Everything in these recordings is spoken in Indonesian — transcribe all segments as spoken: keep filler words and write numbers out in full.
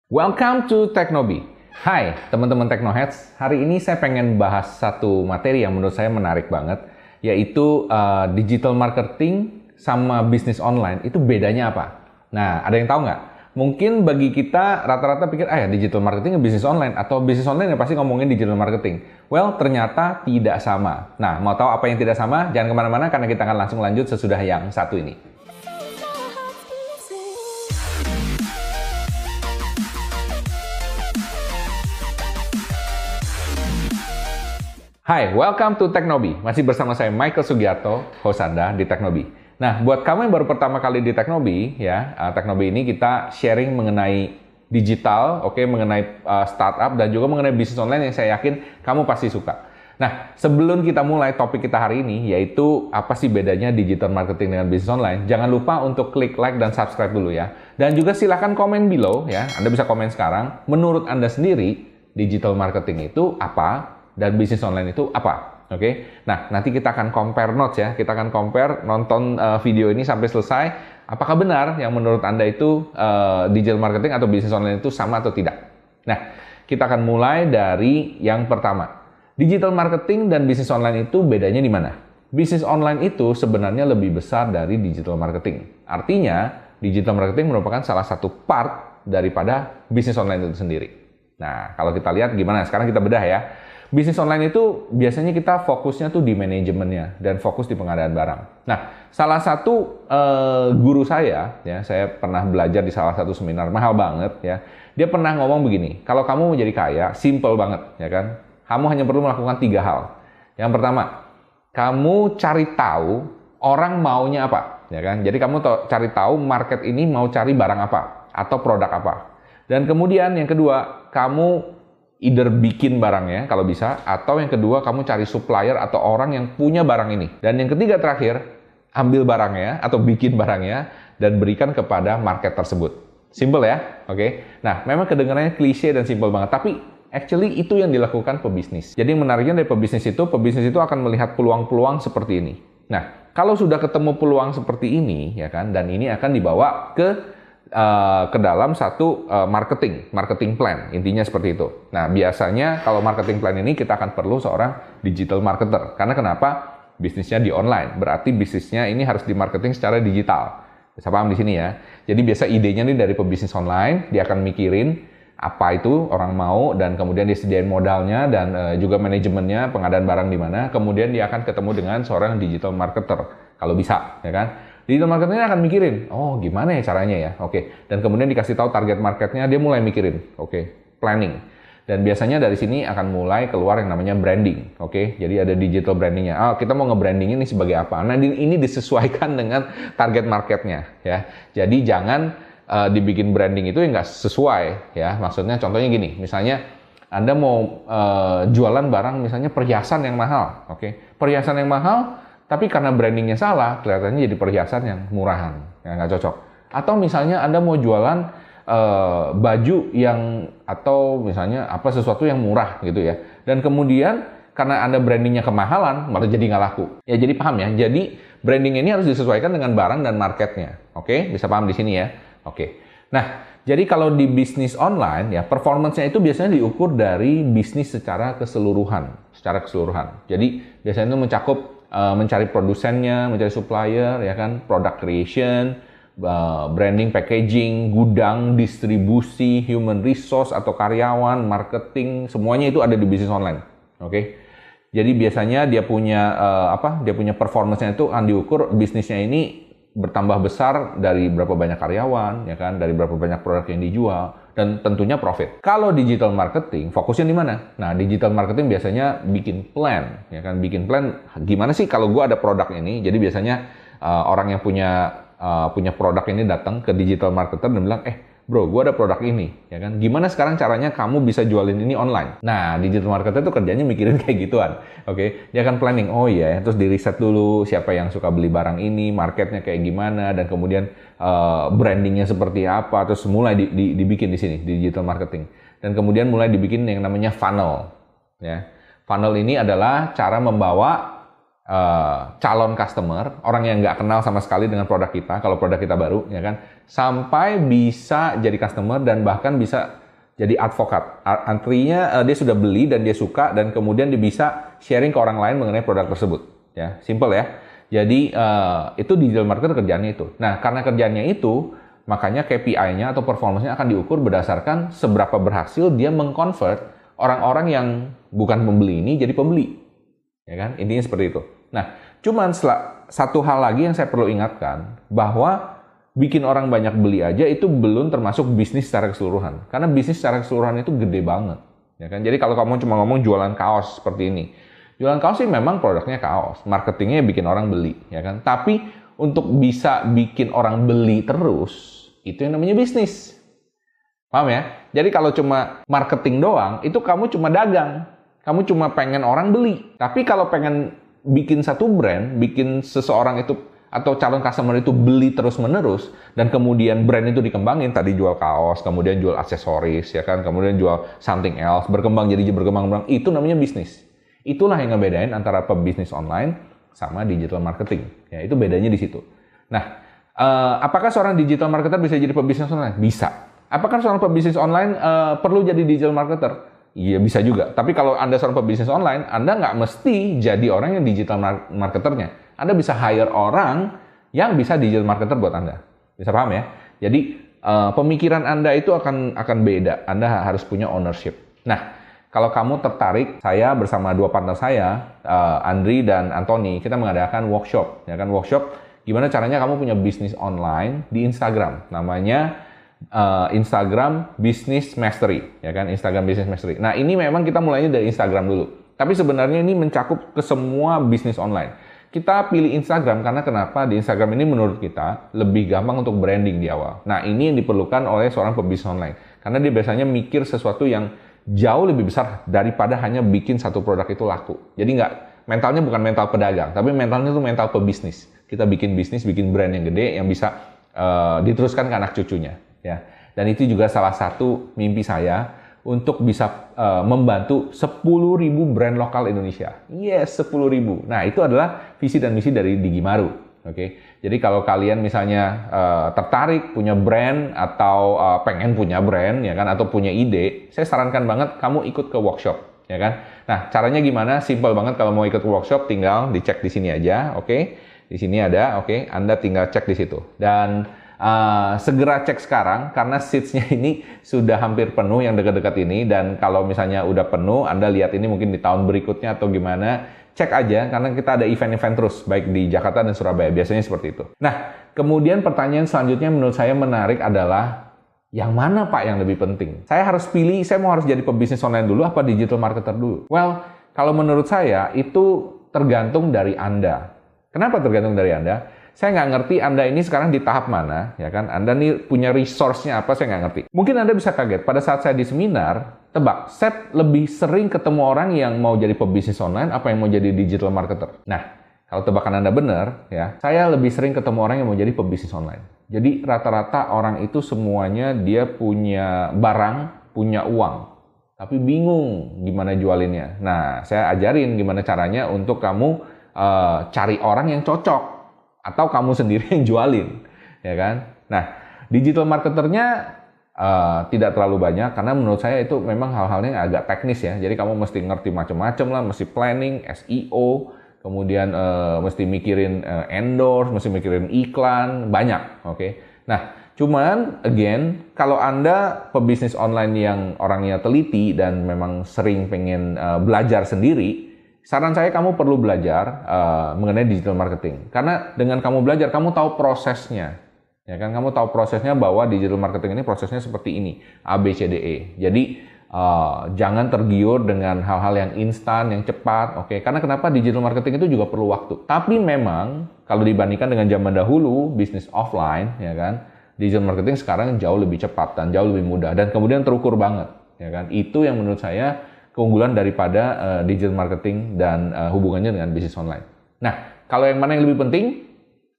Welcome to Teknobi. Hai teman-teman Teknoheads, hari ini saya pengen bahas satu materi yang menurut saya menarik banget, yaitu uh, digital marketing sama bisnis online. Itu bedanya apa? Nah, ada yang tahu nggak? Mungkin bagi kita rata-rata pikir, ah ya digital marketing bisnis online, atau bisnis online yang pasti ngomongin digital marketing. Well, ternyata tidak sama. Nah, mau tahu apa yang tidak sama? Jangan kemana-mana karena kita akan langsung lanjut sesudah yang satu ini. Hai, welcome to Teknobi. Masih bersama saya Michael Sugiarto, host Anda di Teknobi. Nah, buat kamu yang baru pertama kali di Teknobi, ya, uh, Teknobi ini kita sharing mengenai digital, oke, okay, mengenai uh, startup dan juga mengenai bisnis online yang saya yakin kamu pasti suka. Nah, sebelum kita mulai topik kita hari ini, yaitu apa sih bedanya digital marketing dengan bisnis online, jangan lupa untuk klik like dan subscribe dulu ya. Dan juga silahkan komen below, ya. Anda bisa komen sekarang, menurut Anda sendiri, digital marketing itu apa? Dan bisnis online itu apa? Oke, okay? Nah nanti kita akan compare notes ya, kita akan compare nonton uh, video ini sampai selesai. Apakah benar yang menurut Anda itu uh, digital marketing atau bisnis online itu sama atau tidak? Nah, kita akan mulai dari yang pertama. Digital marketing dan bisnis online itu bedanya di mana? Bisnis online itu sebenarnya lebih besar dari digital marketing. Artinya, digital marketing merupakan salah satu part daripada bisnis online itu sendiri. Nah, kalau kita lihat gimana? Sekarang kita bedah ya. Bisnis online itu biasanya kita fokusnya tuh di manajemennya dan fokus di pengadaan barang. Nah, salah satu uh, guru saya, ya, saya pernah belajar di salah satu seminar mahal banget, ya. Dia pernah ngomong begini, kalau kamu mau jadi kaya, simple banget, ya kan? Kamu hanya perlu melakukan tiga hal. Yang pertama, kamu cari tahu orang maunya apa, ya kan? Jadi kamu cari tahu market ini mau cari barang apa atau produk apa. Dan kemudian yang kedua, kamu either bikin barangnya kalau bisa, atau yang kedua kamu cari supplier atau orang yang punya barang ini. Dan yang ketiga terakhir, ambil barangnya atau bikin barangnya dan berikan kepada market tersebut. Simple ya, oke? Okay? Nah, memang kedengarannya klise dan simple banget, tapi actually itu yang dilakukan pebisnis. Jadi menariknya dari pebisnis itu, pebisnis itu akan melihat peluang-peluang seperti ini. Nah, kalau sudah ketemu peluang seperti ini, ya kan, dan ini akan dibawa ke Uh, ke dalam satu uh, marketing, marketing plan, intinya seperti itu. Nah, biasanya kalau marketing plan ini kita akan perlu seorang digital marketer. Karena kenapa? Bisnisnya di online, berarti bisnisnya ini harus di marketing secara digital. Bisa paham di sini ya? Jadi biasa idenya nih dari pebisnis online, dia akan mikirin apa itu orang mau, dan kemudian dia sediain modalnya dan uh, juga manajemennya, pengadaan barang di mana. Kemudian dia akan ketemu dengan seorang digital marketer, kalau bisa, ya kan? Digital marketingnya akan mikirin, oh gimana ya caranya ya, oke. Dan kemudian dikasih tahu target marketnya, dia mulai mikirin, oke, planning. Dan biasanya dari sini akan mulai keluar yang namanya branding, oke. Jadi ada digital brandingnya. Oh, kita mau nge-branding ini sebagai apa? Nah, ini disesuaikan dengan target marketnya, ya. Jadi jangan uh, dibikin branding itu yang nggak sesuai, ya. Maksudnya contohnya gini, misalnya Anda mau uh, jualan barang misalnya perhiasan yang mahal, oke. Perhiasan yang mahal, tapi karena brandingnya salah, kelihatannya jadi perhiasan yang murahan, yang nggak cocok. Atau misalnya Anda mau jualan uh, baju yang, atau misalnya apa sesuatu yang murah gitu ya. Dan kemudian karena Anda brandingnya kemahalan, malah jadi nggak laku. Ya jadi paham ya, jadi branding ini harus disesuaikan dengan barang dan marketnya. Oke, bisa paham di sini ya? Oke. Nah, jadi kalau di bisnis online, ya performance-nya itu biasanya diukur dari bisnis secara keseluruhan. Secara keseluruhan. Jadi biasanya itu mencakup Uh, mencari produsennya, mencari supplier, ya kan, product creation, uh, branding, packaging, gudang, distribusi, human resource atau karyawan, marketing, semuanya itu ada di bisnis online. Oke. Okay? Jadi biasanya dia punya uh, apa? Dia punya performance-nya itu akan diukur bisnisnya ini bertambah besar dari berapa banyak karyawan, ya kan, dari berapa banyak produk yang dijual, dan tentunya profit. Kalau digital marketing, fokusnya di mana? Nah, digital marketing biasanya bikin plan, ya kan, bikin plan. Gimana sih kalau gue ada produk ini? Jadi biasanya uh, orang yang punya uh, punya produk ini datang ke digital marketer dan bilang, eh, bro, gue ada produk ini, ya kan? Gimana sekarang caranya kamu bisa jualin ini online? Nah, digital marketer itu kerjanya mikirin kayak gituan, oke? Okay? Dia akan planning, oh iya, yeah. Terus di riset dulu siapa yang suka beli barang ini, marketnya kayak gimana, dan kemudian uh, brandingnya seperti apa, terus mulai di, di, dibikin di sini, di digital marketing. Dan kemudian mulai dibikin yang namanya funnel, ya. Funnel ini adalah cara membawa uh, calon customer, orang yang nggak kenal sama sekali dengan produk kita, kalau produk kita baru, ya kan, sampai bisa jadi customer dan bahkan bisa jadi advokat. Artinya uh, dia sudah beli dan dia suka dan kemudian dia bisa sharing ke orang lain mengenai produk tersebut. Ya, simple ya. Jadi uh, itu digital marketer kerjaannya itu. Nah, karena kerjaannya itu, makanya K P I-nya atau performance-nya akan diukur berdasarkan seberapa berhasil dia mengconvert orang-orang yang bukan pembeli ini jadi pembeli. Ya kan? Intinya seperti itu. Nah, cuman setelah, satu hal lagi yang saya perlu ingatkan, bahwa bikin orang banyak beli aja itu belum termasuk bisnis secara keseluruhan. Karena bisnis secara keseluruhan itu gede banget. Ya kan? Jadi kalau kamu cuma ngomong jualan kaos seperti ini, jualan kaos sih memang produknya kaos, marketingnya bikin orang beli. Ya kan? Tapi untuk bisa bikin orang beli terus, itu yang namanya bisnis. Paham ya? Jadi kalau cuma marketing doang, itu kamu cuma dagang. Kamu cuma pengen orang beli. Tapi kalau pengen bikin satu brand, bikin seseorang itu atau calon customer itu beli terus-menerus, dan kemudian brand itu dikembangin, tadi jual kaos, kemudian jual aksesoris, ya kan, kemudian jual something else, berkembang jadi berkembang-berkembang, itu namanya bisnis. Itulah yang ngebedain antara pebisnis online sama digital marketing. Ya, itu bedanya di situ. Nah, Uh, apakah seorang digital marketer bisa jadi pebisnis online? Bisa. Apakah seorang pebisnis online uh, perlu jadi digital marketer? Iya, bisa juga. Tapi kalau Anda seorang pebisnis online, Anda nggak mesti jadi orang yang digital marketernya. Anda bisa hire orang yang bisa digital marketer buat Anda. Bisa paham ya? Jadi, uh, pemikiran Anda itu akan akan beda. Anda harus punya ownership. Nah, kalau kamu tertarik, saya bersama dua partner saya, uh, Andri dan Anthony, kita mengadakan workshop. Ya kan, workshop gimana caranya kamu punya bisnis online di Instagram. Namanya uh, Instagram Business Mastery, ya kan? Instagram Business Mastery. Nah, ini memang kita mulainya dari Instagram dulu. Tapi sebenarnya ini mencakup ke semua bisnis online. Kita pilih Instagram karena kenapa? Di Instagram ini menurut kita lebih gampang untuk branding di awal. Nah, ini yang diperlukan oleh seorang pebisnis online. Karena dia biasanya mikir sesuatu yang jauh lebih besar daripada hanya bikin satu produk itu laku. Jadi nggak, mentalnya bukan mental pedagang, tapi mentalnya itu mental pebisnis. Kita bikin bisnis, bikin brand yang gede yang bisa uh, diteruskan ke anak cucunya, ya. Dan itu juga salah satu mimpi saya untuk bisa uh, membantu sepuluh ribu brand lokal Indonesia. Yes, sepuluh ribu. Nah, itu adalah visi dan misi dari Digimaru. Oke. Okay? Jadi kalau kalian misalnya uh, tertarik punya brand atau uh, pengen punya brand, ya kan, atau punya ide, saya sarankan banget kamu ikut ke workshop, ya kan. Nah, caranya gimana? Simple banget. Kalau mau ikut workshop, tinggal dicek di sini aja, oke? Okay? Di sini ada, oke? Okay? Anda tinggal cek di situ. Dan uh, segera cek sekarang karena seats-nya ini sudah hampir penuh yang dekat-dekat ini. Dan kalau misalnya udah penuh, Anda lihat ini mungkin di tahun berikutnya atau gimana, cek aja karena kita ada event-event terus baik di Jakarta dan Surabaya. Biasanya seperti itu. Nah, kemudian pertanyaan selanjutnya menurut saya menarik adalah, yang mana Pak yang lebih penting? Saya harus pilih, saya mau harus jadi pebisnis online dulu apa digital marketer dulu? Well, kalau menurut saya itu tergantung dari Anda. Kenapa tergantung dari Anda? Saya nggak ngerti Anda ini sekarang di tahap mana, ya kan? Anda nih punya resource-nya apa, saya nggak ngerti. Mungkin Anda bisa kaget, pada saat saya di seminar, tebak, saya lebih sering ketemu orang yang mau jadi pebisnis online apa yang mau jadi digital marketer. Nah, kalau tebakan Anda benar, ya, saya lebih sering ketemu orang yang mau jadi pebisnis online. Jadi rata-rata orang itu semuanya dia punya barang, punya uang, tapi bingung gimana jualinnya. Nah, saya ajarin gimana caranya untuk kamu uh, cari orang yang cocok, atau kamu sendiri yang jualin, ya kan? Nah, digital marketernya uh, tidak terlalu banyak karena menurut saya itu memang hal-halnya yang agak teknis ya. Jadi kamu mesti ngerti macam-macam lah, mesti planning, S E O. Kemudian uh, mesti mikirin uh, endorse, mesti mikirin iklan, banyak, oke. Okay? Nah, cuman again, kalau Anda pebisnis online yang orangnya teliti dan memang sering pengen uh, belajar sendiri, saran saya kamu perlu belajar uh, mengenai digital marketing. Karena dengan kamu belajar, kamu tahu prosesnya. Ya kan, kamu tahu prosesnya bahwa digital marketing ini prosesnya seperti ini, A, B, C, D, E. Jadi Uh, jangan tergiur dengan hal-hal yang instan, yang cepat, oke? Okay? Karena kenapa digital marketing itu juga perlu waktu. Tapi memang kalau dibandingkan dengan zaman dahulu bisnis offline, ya kan, digital marketing sekarang jauh lebih cepat dan jauh lebih mudah dan kemudian terukur banget, ya kan? Itu yang menurut saya keunggulan daripada uh, digital marketing dan uh, hubungannya dengan bisnis online. Nah, kalau yang mana yang lebih penting?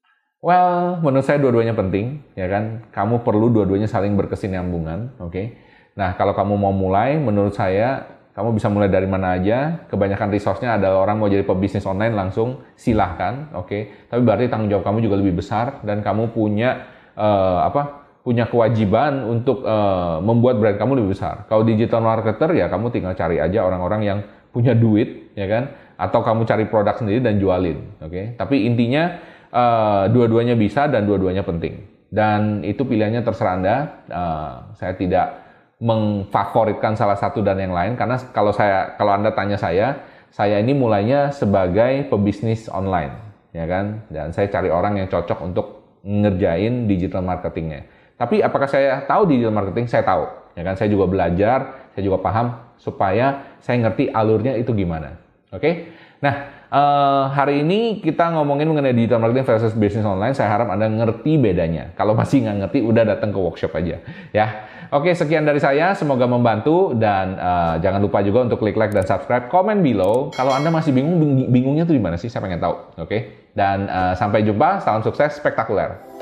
Well, menurut saya dua-duanya penting, ya kan? Kamu perlu dua-duanya saling berkesinambungan, oke? Okay? Nah, kalau kamu mau mulai, menurut saya Kamu bisa mulai dari mana aja. Kebanyakan resource-nya adalah orang mau jadi pebisnis online langsung silahkan, oke. Okay? Tapi berarti tanggung jawab kamu juga lebih besar dan kamu punya uh, apa? punya kewajiban untuk uh, membuat brand kamu lebih besar. Kalau digital marketer ya kamu tinggal cari aja orang-orang yang punya duit, ya kan? Atau kamu cari produk sendiri dan jualin, oke. Okay? Tapi intinya uh, dua-duanya bisa dan dua-duanya penting. Dan itu pilihannya terserah Anda. Uh, saya tidak memfavoritkan salah satu dan yang lain karena kalau saya kalau Anda tanya saya, saya ini mulainya sebagai pebisnis online, ya kan? Dan saya cari orang yang cocok untuk ngerjain digital marketingnya. Tapi apakah saya tahu digital marketing? Saya tahu, ya kan? Saya juga belajar, saya juga paham supaya saya ngerti alurnya itu gimana. Oke? Okay? Nah, Uh, hari ini kita ngomongin mengenai digital marketing versus business online. Saya harap Anda ngerti bedanya. Kalau masih nggak ngerti, udah datang ke workshop aja. Ya, oke, sekian dari saya. Semoga membantu dan uh, jangan lupa juga untuk klik like dan subscribe. Comment below. Kalau Anda masih bingung, bing bingungnya tuh di mana sih? Saya pengen tahu. Oke, dan uh, sampai jumpa. Salam sukses spektakuler.